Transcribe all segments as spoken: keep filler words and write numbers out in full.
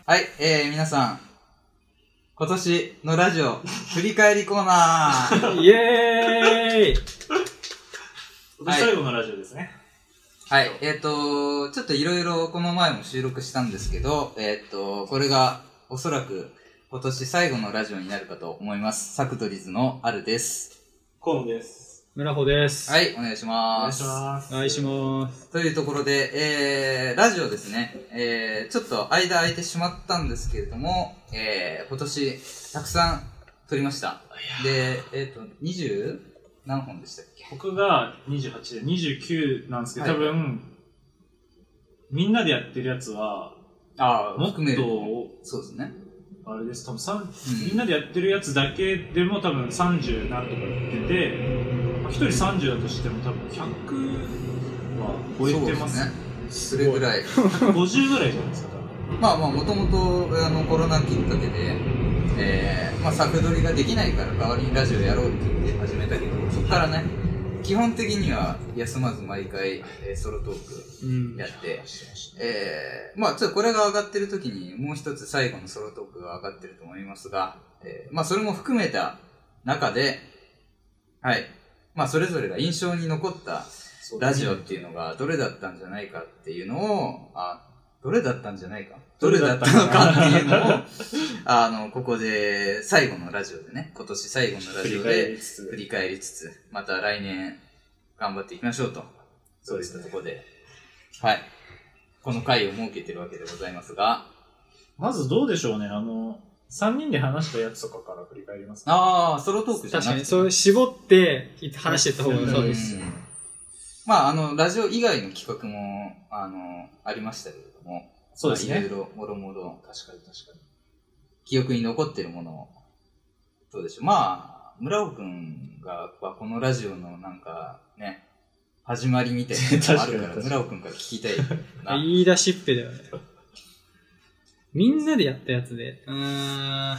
はい、えー、皆さん、今年のラジオ、振り返りコーナーイエーイ今年最後のラジオですね。 はい、えっ、ー、と、ちょっといろいろこの前も収録したんですけど、えっ、ー、と、これがおそらく今年最後のラジオになるかと思います。サクトリズのあるです。 河野です。 村穂です。 はい、お願いします。 お願いします。 お願いします。 というところで、えー、ラジオですね、えー、ちょっと間空いてしまったんですけれども、えー、今年たくさん撮りました。で、えっ、ー、と、にじゅう何本でしたっけ？ 僕がにじゅうはちでにじゅうきゅうなんですけど、 はい、 多分、みんなでやってるやつは、 あもっと、 そうですね。あれです、多分さん、うん、みんなでやってるやつだけでも多分さんじゅう何とか言ってて、ひとりさんじゅうだとしても多分ひゃくは超えてます。 ね。それぐらい。 ひゃくごじゅうぐらいじゃないですか。 まあまあ、もともとあのコロナきっかけで、えー、まあ作撮りができないから代わりにラジオやろうって言って始めたけど、そこからね、基本的には休まず毎回、えー、ソロトークやって、うん、えー、まあちょっとこれが上がってる時にもう一つ最後のソロトークが上がってると思いますが、えー、まあそれも含めた中で、はい。まあそれぞれが印象に残ったラジオっていうのがどれだったんじゃないかっていうのを、あ、どれだったんじゃないかどれだったのかっていうのを、あの、ここで最後のラジオでね、今年最後のラジオで振り返りつつ、また来年頑張っていきましょうと。そういったところで、はい。この回を設けてるわけでございますが。 まずどうでしょうね、あの、さんにんで話したやつとかから振り返りますか？ ああ、ソロトークじゃなくて。 確かに、そう絞って話していった方がそうです。 まあ、あの、ラジオ以外の企画も、あの、ありましたけれども。 そうですね。 まあ、いろいろ、もろもろ。 確かに確かに。 記憶に残ってるものを、どうでしょう。まあ、村尾くんが、このラジオのなんか、ね、始まりみたいなのがあるから、村尾くんから聞きたいな。 言い出しっぺだよね。みんなでやったやつで。うーん。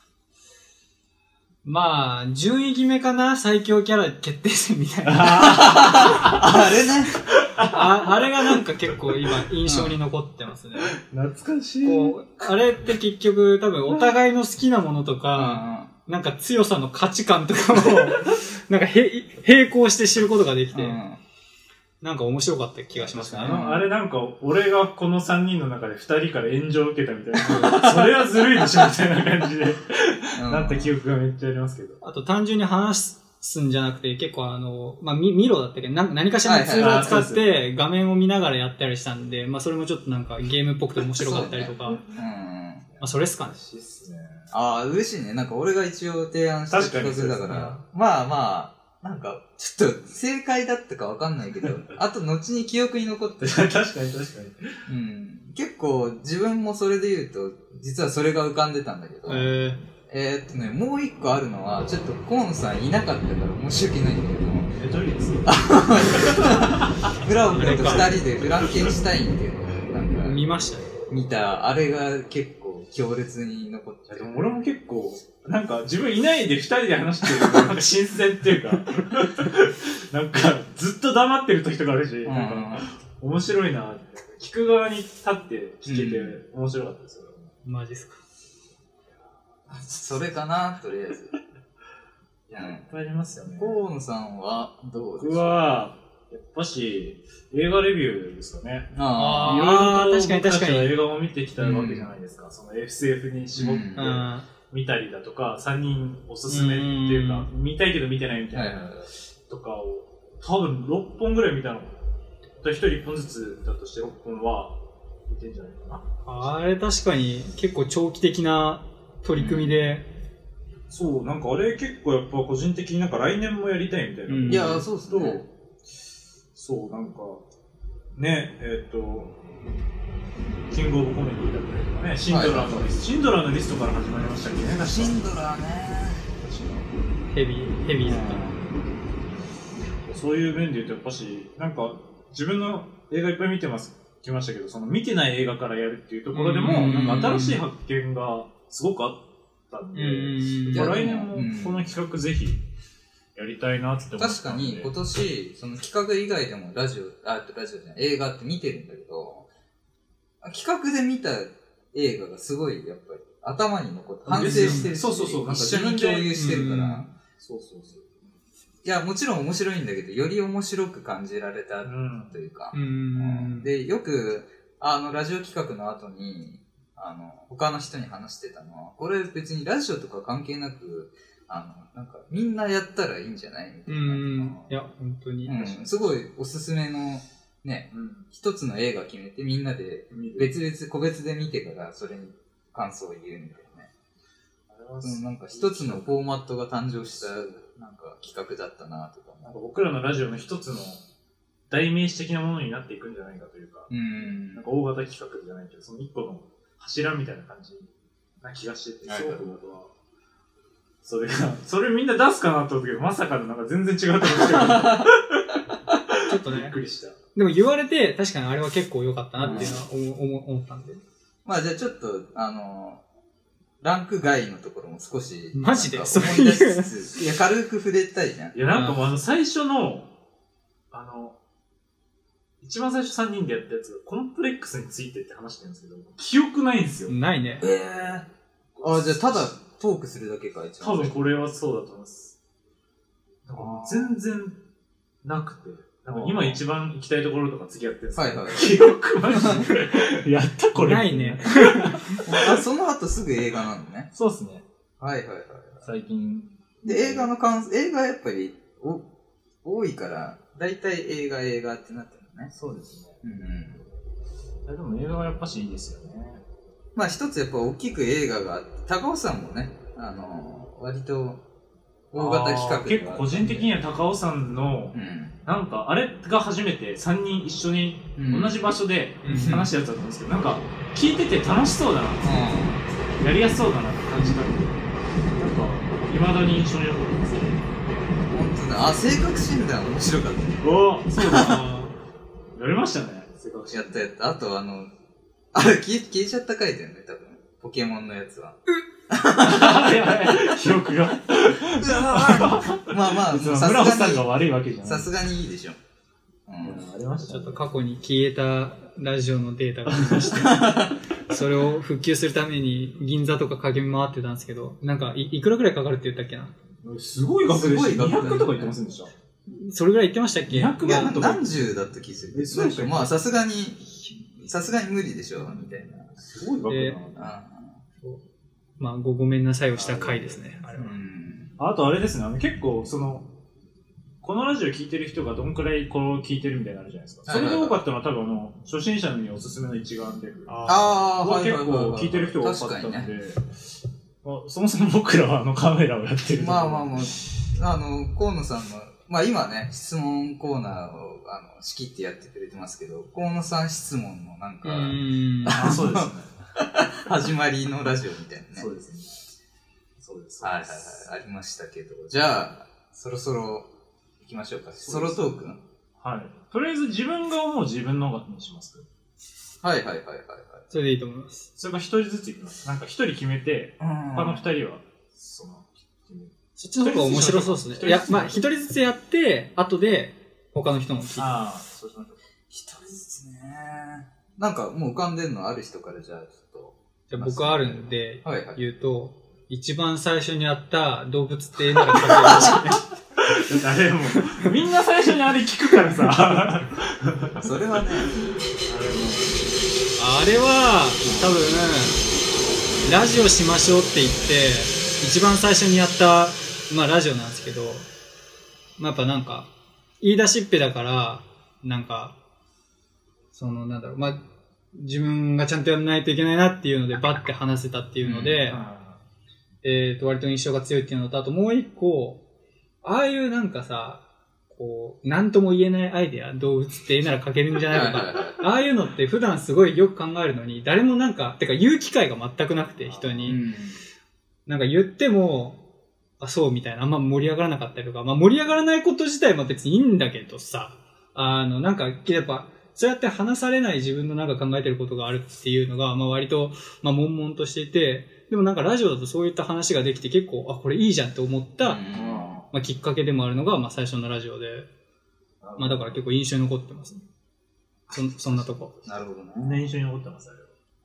まあ、順位決めかな？最強キャラ決定戦みたいな。 あれねあ。あれがなんか結構今印象に残ってますね。 懐かしい。 こう、あれって結局多分お互いの好きなものとか、うん、なんか強さの価値観とかを、なんかへ並行して知ることができて、うん、なんか面白かった気がしますね。 あの、あれなんか、俺がこのさんにんの中でふたりから炎上を受けたみたいな。それはずるいでしょみたいな感じで、うん、なった記憶がめっちゃありますけど。 あと単純に話すんじゃなくて、結構あの、まあ、ミ、ミロだったけど、な何かしらのツールを使って画面を見ながらやったりしたんで、まあそれもちょっとなんかゲームっぽくて面白かったりとか。ね、うん。まあそれっすかね。 嬉しいっすね。 ああ、嬉しいね。なんか俺が一応提案した企画だから。かまあまあ、なんか、ちょっと正解だったかわかんないけど、あと後に記憶に残って確かに確かに。 うん。結構自分もそれで言うと、実はそれが浮かんでたんだけど、 えー、 えーっとね、もう一個あるのは、ちょっと河野さんいなかったから申し訳ないんだけど、 え、どれです村尾君と二人でフランケンシュタインっていうのをなんか、 見ましたね。 見た、あれが結構強烈に残ってる。 でも俺も結構、なんか自分いないで二人で話してるのがなんか新鮮っていうか、なんかずっと黙ってる時とかあるし、うん、なんか面白いなって、聞く側に立って聞けて面白かったですよ。 うん、マジっすか。 それかな、とりあえず。 いや、いっぱいありますよね。 河野さんはどうですか？ 僕は、やっぱし、映画レビューですかね。 ああ、 いろいろと確かに確かに。 映画も見てきたわけじゃないですか。うん、その エスエフ に絞って見たりだとか、さんにんおすすめっていうか、見たいけど見てないみたいなとかを、多分ろっぽんぐらい見たの。ひとりいっぽんずつだとしてろっぽんは見てんじゃないかな。 あれ確かに結構長期的な取り組みで、 うん、そう、なんかあれ結構やっぱ個人的になんか来年もやりたいみたいな。うん、 いや、そうっすね。 そう、なんか、ね、えっ、ー、と、キングオブコメディだったりとかね、シンドラーのリスト、はい、シンドラーのリストから始まりましたっけね、 シンドラーね。 ヘビー、ヘビーだった。 そういう面で言うとやっぱし、なんか自分の映画いっぱい見てます、来ましたけど、その見てない映画からやるっていうところでも、なんか新しい発見がすごくあったんで、まあ、来年もこの企画ぜひやりたいなって思って。 確かに今年、その企画以外でもラジオ、あ、ラジオじゃない、映画って見てるんだけど、企画で見た映画がすごい、やっぱり、頭に残って、反省してるし、 そうそうそう。 なんか自分共有してるから、 そうそうそう。 いや、もちろん面白いんだけど、より面白く感じられたというか、 うん、 で、よく、あの、ラジオ企画の後に、あの、他の人に話してたのは、これ別にラジオとか関係なく、あの、なんか、みんなやったらいいんじゃないみたいな。うん。 いや、本当に。 うん。すごいおすすめの、ね、うん、一つの映画決めてみんなで、別々、個別で見てから、それに感想を言うみたいなね。そのなんか一つのフォーマットが誕生した、なんか企画だったなとか。 なんか僕らのラジオの一つの代名詞的なものになっていくんじゃないかというか、うん、なんか大型企画じゃないけど、その一個の柱みたいな感じな気がしてて、すごく僕は、それが、それみんな出すかなと思ったけど、まさかのなんか全然違うと思ってちょっとね、 びっくりした。 でも言われて、確かにあれは結構良かったなっていうのは思、うん、思ったんで。 まあじゃあちょっと、あのー、ランク外のところも少し、 マジで思い出しつつ、いや、軽く触れたいじゃん。 いや、なんかもうあの、最初の、あの、一番最初さんにんでやったやつが、コンプレックスについてって話してるんですけど、記憶ないんですよ。 ないね。 ええー。あ、じゃあただトークするだけか、一番。多分これはそうだと思います。なんか全然なくて。なんか今一番行きたいところとか付き合ってるんですけど、はいはい、記憶マジで。やったこれ。 ないね。 あ、その後すぐ映画なのね。 そうっすね。 はいはいはい。 最近。 で、映画の感想、映画やっぱりお多いから、だいたい映画映画ってなってるのね。 そうですね。 うんうん。 でも映画はやっぱしいいですよね。 まあ一つやっぱ大きく映画があって、高尾さんもね、あのー、割と大型企画で結構個人的には高尾さんの、うん、なんかあれが初めてさんにん一緒に同じ場所で話したやつだったんですけど、うん、なんか聞いてて楽しそうだなって、うん、やりやすそうだなって感じたんで、なんか未だに印象に残ってますね。 本当だ。あ、性格診断面白かった。 おー、そうだな。やりましたね、性格診断。 やったやった。あとあの、あれ消え、消えちゃった回だよね、多分。ポケモンのやつは。 記憶が。 まあまあ、 さすがに。さんが悪いわけじゃない。 さすがにいいでしょ。 うん。ありました。 ちょっと過去に消えたラジオのデータがありまして、それを復旧するために銀座とか駆け回ってたんですけど、なんかい、いくらくらいかかるって言ったっけな。 すごい額でした。にひゃくとか言ってませんでした。 それぐらい言ってましたっけ？ にひゃく 万とか。何十だった気する。そうでしょ。まあさすがに、さすがに無理でしょ、みたいな。 すごい額だな。 まあ、ご、ごめんなさいをした回ですね、あれは。 あとあれですね、あの結構、その、このラジオ聞いてる人がどんくらいこれを聞いてるみたいなのあるじゃないですか。それが多かったのは多分あの、初心者におすすめの一眼レフ。 ああ、 結構聞いてる人が多かったので、そもそも僕らはあのカメラをやってる。 まあまあまあ、あの、河野さんの、まあ今ね、質問コーナーをあの仕切ってやってくれてますけど、河野さん質問のなんか、 あ、そうですね。 始まりのラジオみたいなね。 そうですね。そうです。 はいはいはい。ありましたけど。じゃあ、そろそろ行きましょうか。ソロトーク。 はい。とりあえず自分が思う自分の音楽にしますはいはいはいはいはい。 それでいいと思います。 それから一人ずついきます。なんか一人決めて、他の二人は、その、 そっちの方が面白そうですね。いや、まあ一人ずつやって、後で他の人も聞いて。 ああ、そうしましょう。 一人ずつね。なんかもう浮かんでんのある人からじゃあちょっと。 じゃあ僕あるんで、 はいはい、 言うと、一番最初にやった動物ってなら書けるらしいね。 だってあれもう、みんな最初にあれ聞くからさ。 それはね、 あれは、多分、ラジオしましょうって言って、一番最初にやった、まあラジオなんですけど、まあやっぱなんか、言い出しっぺだから、なんか、そのなんだろう、まあ、自分がちゃんとやらないといけないなっていうので、バッて話せたっていうので、うん、えっと、割と印象が強いっていうのと、あともう一個、ああいうなんかさ、こう、なんとも言えないアイデア、動物って絵なら描けるんじゃないとか、ああいうのって普段すごいよく考えるのに、誰もなんか、てか言う機会が全くなくて、人に。うん、なんか言っても、あ、そうみたいな、あんま盛り上がらなかったりとか、まあ盛り上がらないこと自体も別にいいんだけどさ、あの、なんか、やっぱ、そうやって話されない自分のなんか考えてることがあるっていうのが、まあ割と、まあ悶々としていて、でもなんかラジオだとそういった話ができて結構、あ、これいいじゃんって思った、うんまあ、きっかけでもあるのが、まあ最初のラジオで、まあだから結構印象に残ってますね。そ、そんなとこ。 なるほどね。 みんな印象に残ってます、あれ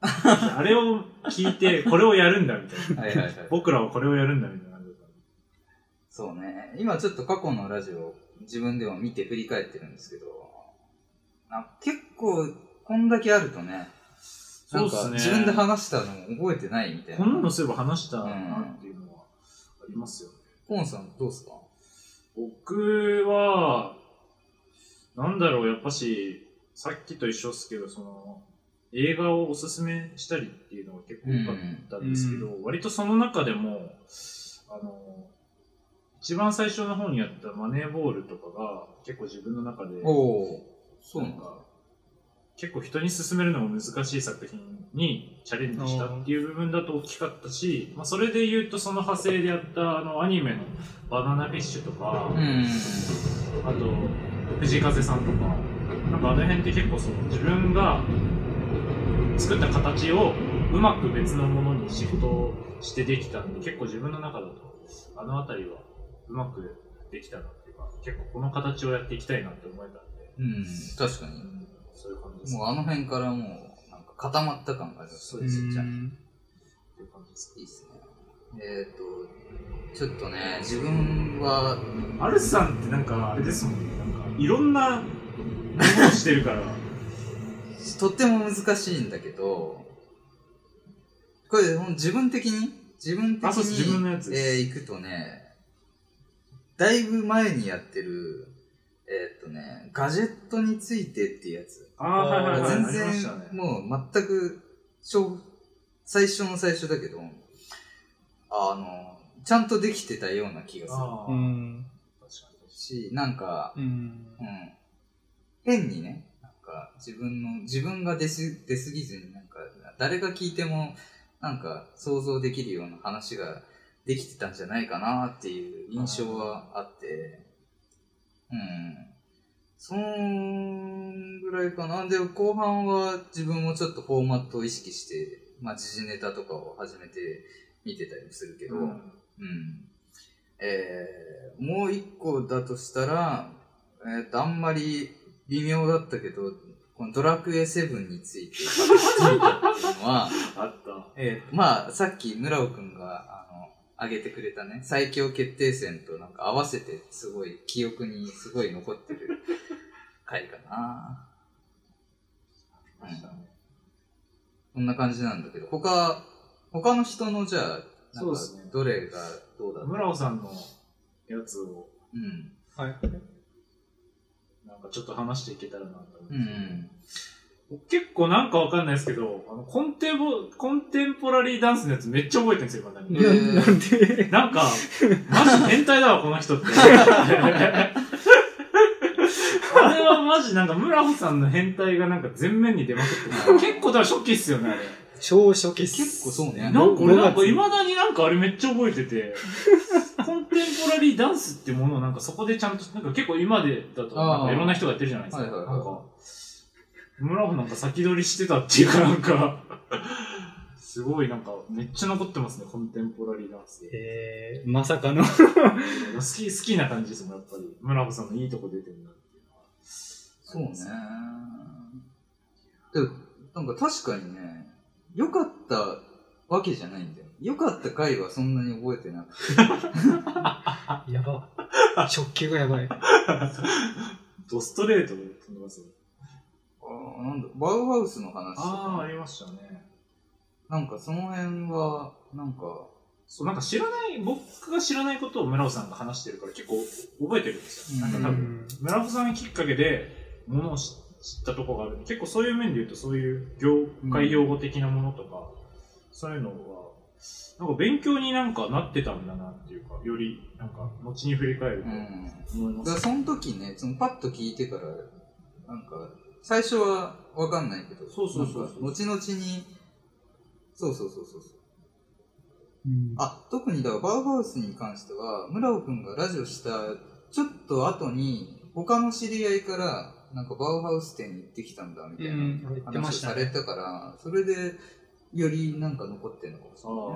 あれを聞いて、これをやるんだみたいな。 はいはいはい。 僕らはこれをやるんだみたいな感じだった。 そうね。今ちょっと過去のラジオを自分でも見て振り返ってるんですけど、な結構こんだけあるとね、なんか自分で話したのも覚えてないみたいな。 こんなのそういえば話したなっていうのはありますよね。 コンさんどうですか？ 僕は、なんだろう、やっぱし、さっきと一緒っすけど、その、映画をおすすめしたりっていうのが結構多かったんですけど、うん、割とその中でも、あの、一番最初の方にやったマネーボールとかが結構自分の中で、 おそうなんか、 結構人に勧めるのも難しい作品にチャレンジしたっていう部分だと大きかったし、まあ、それで言うとその派生でやったあのアニメのバナナフィッシュとか、うん、あと藤井風さんとか、なんかあの辺って結構その自分が作った形をうまく別のものにシフトしてできたんで、結構自分の中だとあのあたりはうまくできたなっていうか、結構この形をやっていきたいなって思えたんで、 うん、確かに、うん、そういう感じです、ね、もうあの辺からもうなんか固まった感があります。そうですじゃんっていう感じです。いいですね。えっ、ー、とちょっとね、自分はアルスさんってなんかあれですもんね、なんかいろんなものをしてるからとっても難しいんだけど、これ自分的に自分的に自分のやつです、 えー、行くとね、だいぶ前にやってるえー、っとね、ガジェットについてっていうやつ。 ああ、はいはいはい。 全然、ね、もう全く、最初の最初だけど、あの、ちゃんとできてたような気がする。あうん、確かにし、なんか、うん、うん、変にね、なんか自分の、自分が出す、出すぎずになんか、誰が聞いても、なんか想像できるような話ができてたんじゃないかなっていう印象はあって、うん。そんぐらいかな。で、後半は自分もちょっとフォーマットを意識して、まあ、時事ネタとかを始めて見てたりするけど、うん。うん、えー、もう一個だとしたら、えっと、あんまり微妙だったけど、このドラクエセブンについて語ってみたっていうのは、 あった。 えー、まあ、さっき村尾くんが、あの、挙げてくれたね、最強決定戦となんか合わせてすごい記憶にすごい残ってる回かな。うん、こんな感じなんだけど、他、他の人のじゃあ、なんかどれがどうだった？ 村尾さんのやつを、 うん。 はい。なんかちょっと話していけたらなと思って。うん。結構なんかわかんないですけど、あのコンテボ、コンテンポラリーダンスのやつめっちゃ覚えてるんですよ、まだに。 なんでなんか、マジ変態だわ、この人って。あれはマジなんか、村尾さんの変態がなんか全面に出まくってる。結構だから初期っすよね、あれ。 超初期っす。 結構そうね。 なんか俺なんか未だになんかあれめっちゃ覚えてて、コンテンポラリーダンスってものをなんかそこでちゃんと、なんか結構今でだとなんかいろんな人がやってるじゃないですか。はいはいはい、なんか村尾なんか先取りしてたっていうかなんかすごいなんかめっちゃ残ってますね、コンテンポラリーダンス。 えー、まさかの好き好きな感じですもん、やっぱり村尾さんのいいとこ出てるなっていうのは。 そうね。でもなんか確かにね、良かったわけじゃないんだよ。良かった回はそんなに覚えてなくて。 やば。直球がやばい。 ドストレートで飛んでますよ。 あ、なんだ、バウハウスの話とか。 ああ、ありましたね。 なんかその辺は、なんか、 そう、なんか知らない、僕が知らないことを村尾さんが話してるから結構覚えてるんですよ。なんか多分、村尾さんきっかけでものを知ったところがあるんで、結構そういう面で言うとそういう業界用語的なものとか、うん、そういうのは、なんか勉強になんかなってたんだなっていうか、より、なんか、後に振り返ると思います、ね。うん、 だからその時ね、そのパッと聞いてから、なんか、最初はわかんないけど、 そうそうそうそう。 後々に、そうそうそうそう。うん、あ、特にだからバウハウスに関しては、村尾くんがラジオしたちょっと後に、他の知り合いから、なんかバウハウス店に行ってきたんだみたいな話をされたから、うん、それで、よりなんか残ってんのかもしれない、ね。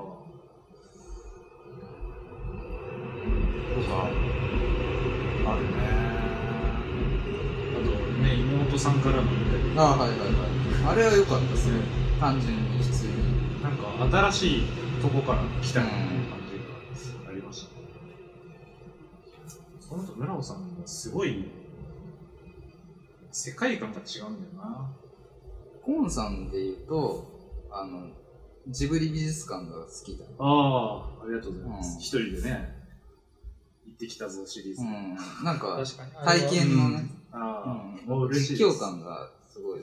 とか、あるね。あとね、妹さんからのみたいな。 ああ、はいはいはい。あれは良かったですね。 単純に普通に。 なんか新しいとこから来たような感じがありましたね。その後村尾さんもすごい世界観が違うんだよな。 コーンさんで言うと、あの、ジブリ美術館が好きだ。 ああ、ありがとうございます。 うん、 一人でね、行ってきたぞシリーズ。 うん、なんか、 確かに体験のね、 うん、ああ、 うん、 もう嬉しいです。 実況感がすごい。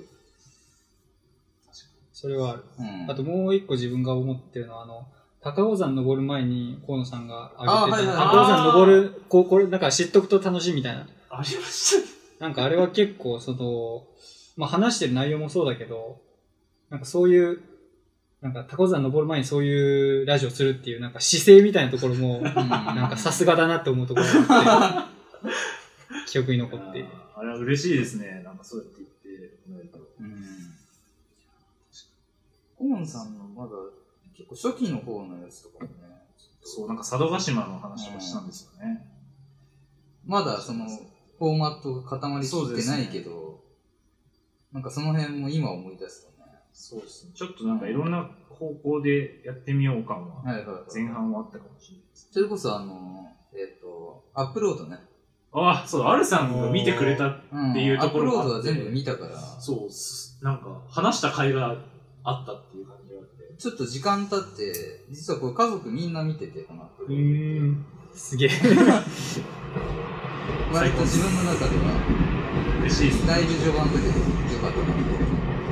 それはある。 うん、 あともう一個自分が思ってるのは、あの、高尾山登る前に河野さんが挙げてた、高尾山登る、こう、これ、なんか知っとくと楽しいみたいな。 ありましたね。 なんかあれは結構、その、まあ、話してる内容もそうだけど、なんかそういう、なんか高尾山登る前にそういうラジオするっていう、なんか姿勢みたいなところも、なんかさすがだなって思うところがあって、記憶に残っている。 あれは嬉しいですね。なんかそうやって言ってもらえると。 うん。コーンさんのまだ結構初期の方のやつとかもね。 そう、なんか佐渡島の話とかしたんですよね。 うん、まだそのフォーマットが固まりきってないけど、ね、なんかその辺も今思い出すとね。 そうですね。ちょっとなんかいろんな方向でやってみよう感は前半はあったかもしれないです。 それこそあの、えっと、アップロードね。 ああ、そう、アルさんが見てくれたっていうところがあって、 うん、アップロードは全部見たから。 そう、なんか話した甲斐があったっていう感じがあって。 ちょっと時間経って、実はこれ家族みんな見てて、このアップロード。 うーん、すげえ。 割と自分の中では、 嬉しいですね。 だいぶ序盤だけど、よかったなと。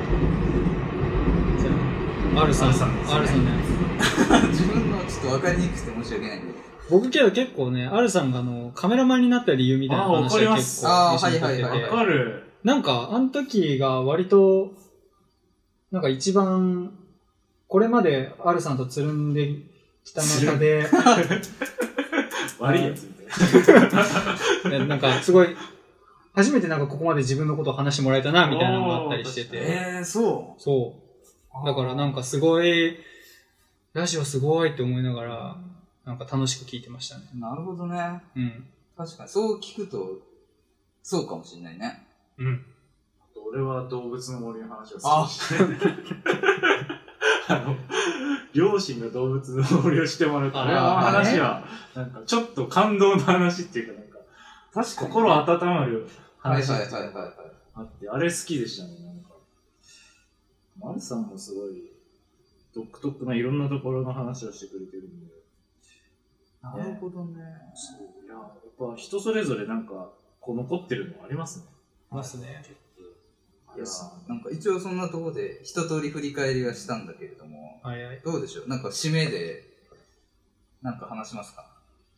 じゃあ、R さん、R さんのやつ。 自分のはちょっと分かりにくくて申し訳ないんで。 僕けど結構ね、R さんがあの、カメラマンになった理由みたいな話が結構ああ、はいはいはい。 わかる。 なんか、あの時が割と、なんか一番、これまで R さんとつるんできた中で、 悪いやつみたいな。なんか、すごい、初めてなんかここまで自分のことを話してもらえたな、みたいなのがあったりしてて。 えー、そうそう。だからなんかすごい、ラジオすごいって思いながら、なんか楽しく聞いてましたね。 なるほどね。 うん。 確かに、そう聞くと、そうかもしれないね。 うん。 俺は動物の森の話を好きして。あの、両親が動物の森をしてもらうと、あれの話は、なんかちょっと感動の話っていうか、なんか、確かに心温まる話があって、あれ好きでしたね、なんか。マルさんもすごい、独特ないろんなところの話をしてくれてるんで。 なるほどね。 そう。いや、やっぱ人それぞれなんか、こう残ってるのありますね。 ありますね。 いや、なんか一応そんなところで一通り振り返りはしたんだけれども、 はいはい、 どうでしょう、なんか締めで、なんか話しますか？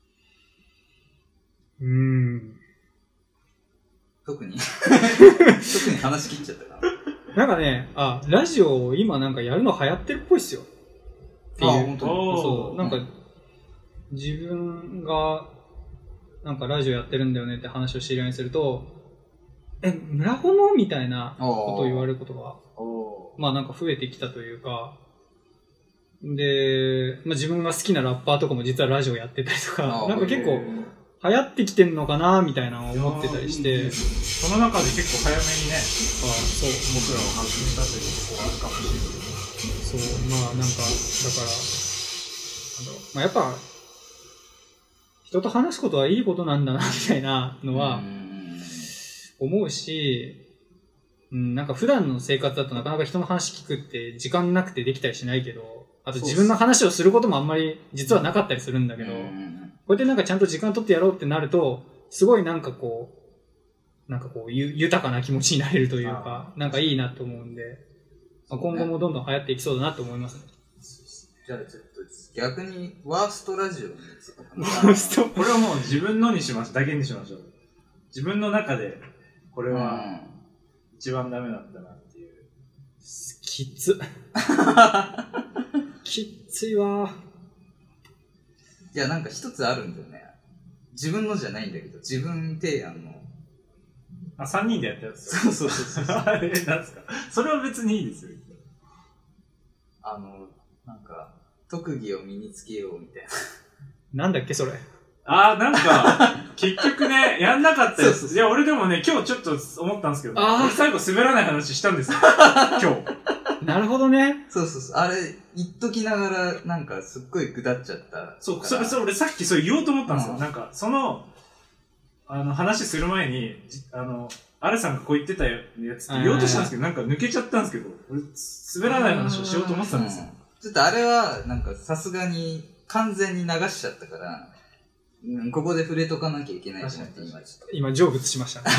うーん。 特に特に話し切っちゃったかな。なんかね、あ、ラジオ今なんかやるの流行ってるっぽいっすよ。っていう。 あ、本当に。 そう。なんか、自分が、なんかラジオやってるんだよねって話を知り合いにすると、え、村ホのみたいなことを言われることが、まあなんか増えてきたというか、で、まあ自分が好きなラッパーとかも実はラジオやってたりとか、なんか結構流行ってきてんのかなみたいなのを思ってたりして、 その中で結構早めにね、あそう僕らを発信したというところがあるかもしれない。 そう、まあなんか、だから、まあやっぱ、人と話すことはいいことなんだなみたいなのは、思うし、うん、なんか普段の生活だとなかなか人の話聞くって時間なくてできたりしないけど、あと自分の話をすることもあんまり実はなかったりするんだけど、こうやってなんかちゃんと時間取ってやろうってなると、すごいなんかこう、なんかこうゆ豊かな気持ちになれるというか、なんかいいなと思うんで、まあ、今後もどんどん流行っていきそうだなと思いますね。 じゃあちょっと逆にワーストラジオについてワーストこれはもう自分のにしましょう。だけにしましょう。自分の中で、これは、一番ダメだったなっていう。 きつ。きっついわ。 いや、なんか一つあるんだよね。自分のじゃないんだけど、自分提案の。 あ、三人でやったやつ。 そうそうそうそう。 あれ、なんすか。それは別にいいですよ。 あの、なんか、特技を身につけようみたいな。なんだっけ、それ。 あー、なんか、結局ね、やんなかったやつ。いや、俺でもね、今日ちょっと思ったんですけど、ね、俺最後滑らない話したんですよ。今日。 なるほどね。 そうそうそう。あれ、言っときながら、なんか、すっごいぐだっちゃった。 そう、それ、それ、俺さっきそれ言おうと思ったんですよ。 うん、 なんか、その、あの、話する前に、あの、アルさんがこう言ってたやつって言おうとしたんですけど、なんか抜けちゃったんですけど、俺、滑らない話をしようと思ってたんですよ。 ちょっとあれは、なんか、さすがに、完全に流しちゃったから、うん、ここで触れとかなきゃいけないと思って、今ちょっと。 今、成仏しましたね。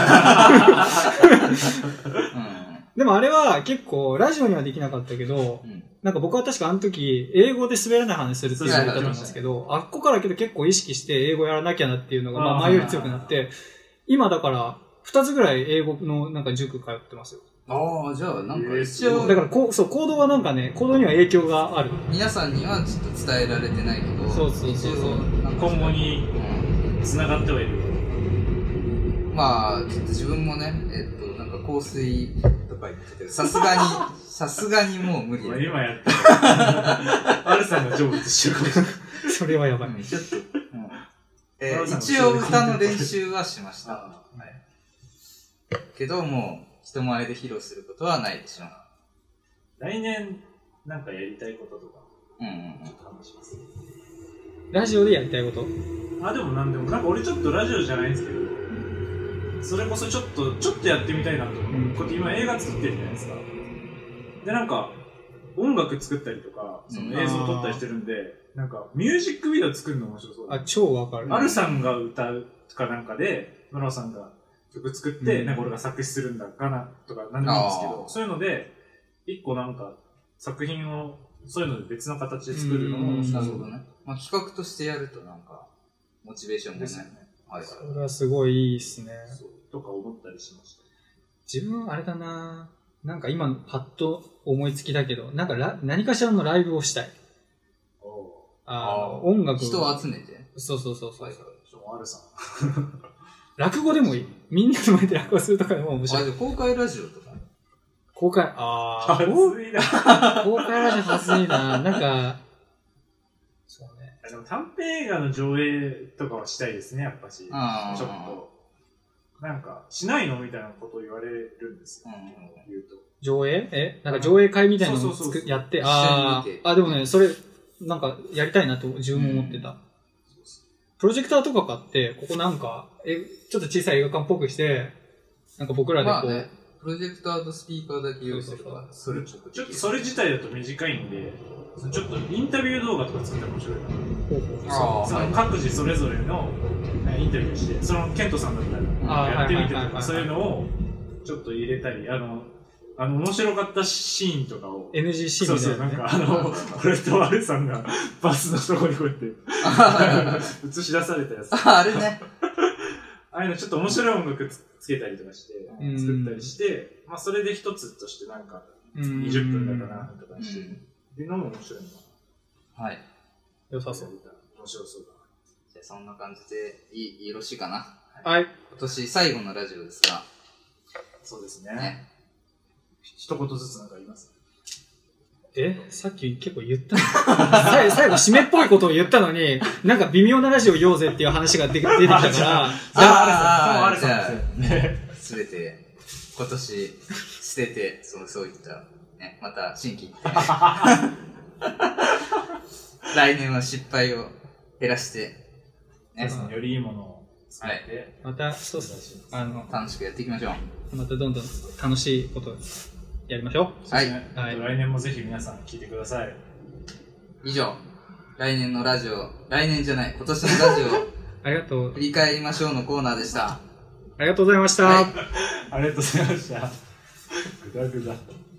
うん、でもあれは結構、ラジオにはできなかったけど、うん、なんか僕は確かあの時、英語で滑らない話するって言われたと思うんですけど、あっこからけど結構意識して英語やらなきゃなっていうのが、まあ前より強くなって、今だから、二つぐらい英語のなんか塾通ってますよ。 ああ、じゃあなんか一応。 だからこう、そう、行動はなんかね、行動には影響がある。 皆さんにはちょっと伝えられてないけど、 そうそうそうそう。 今後に繋がってはいる。 うん、まあ、ちょっと自分もね、えっと、なんか香水とか言ってて、さすがに、さすがにもう無理だ。 今やってる。アルさんが成仏しようかもしれない。 それはやばい。 うん、ちょっと。うん、えー、一応歌の練習はしました。はい。けどもう、人前で披露することはないでしょう。 来年、なんかやりたいこととか、 うんうんうん。 ちょっと話します。 ラジオでやりたいこと？ あ、でもなんでも、なんか俺ちょっとラジオじゃないんですけど、それこそちょっと、ちょっとやってみたいなと思う。うん、こうやって今映画作ってるじゃないですか。で、なんか、音楽作ったりとか、その映像撮ったりしてるんで、うん、なんか、ミュージックビデオ作るの面白そう。 あ、超わかる。 アルさんが歌うかなんかで、村尾さんが曲作って、うん、なんか俺が作詞するんだかなとか、なんでもいいんですけど、そういうので、一個なんか、作品を、そういうので別の形で作るのも面白そうだね。 まあ企画としてやるとなんか、モチベーションもね。ですよね。 はい。それはすごいいいっすね。 そう。とか思ったりしました。 自分あれだなぁ。なんか今パッと思いつきだけど、なんかラ何かしらのライブをしたい。 おああ、音楽。 人を集めて。 そうそうそうそう。 ちょ、あるさん。 落語でもいい。みんなの前で落語するとかでも面白い。 あ、公開ラジオとか。 公開、ああ。 はずいな。 公開ラジオはずいな。なんか、そうね。 でも短編映画の上映とかはしたいですね、やっぱし。ちょっと。なんか、しないのみたいなことを言われるんですよ。うん、言うと。 上映えなんか上映会みたいなのをつくやって、ああ、あ、でもね、それ、なんかやりたいなと自分も思ってた。うん、プロジェクターとか買って、ここなんか、え、ちょっと小さい映画館っぽくして、なんか僕らでこう、まあね、 プロジェクターとスピーカーだけ用意すれば、 それちょっとそれ自体だと短いんで、ちょっとインタビュー動画とか作ったら面白いな。そう、その各自それぞれのインタビューして、そのケントさんだったらやってみてとか、そういうのをちょっと入れたり、あの、あの面白かったシーンとかをエヌジー シーンみたいな、ね、 そうそう、なんかあの俺とアルさんがバスのとこにこうやって映し出されたやつ。 あれね。 ああいうのちょっと面白い音楽 つ, つけたりとかして、作ったりして、まあそれで一つとしてなんかにじゅっぷんだかなとかして、っていうのも面白いのかな。 はい。 良さそう。 面白そうだな。 じゃあそんな感じでいい、よろしいかな。 はい。 今年最後のラジオですが。 そうですね。ね、一言ずつなんか言います？ えさっき結構言ったの最, 最後締めっぽいことを言ったのに、なんか微妙なラジオ言おうぜっていう話が出てきたから。ああ、あれさ、すべて、今年捨てて、そう、そういった、ね、また新規来年は失敗を減らして、 ね、よりいいものを作って、 はい、また、そうですね。あの、 楽しくやっていきましょう。 またどんどん楽しいことをやりましょう。はい。はい、来年もぜひ皆さん聞いてください。 以上、来年のラジオ、来年じゃない、今年のラジオ、 ありがとう。 振り返りましょうのコーナーでした。 ありがとうございました。 はい、ありがとうございました。ぐだぐだ。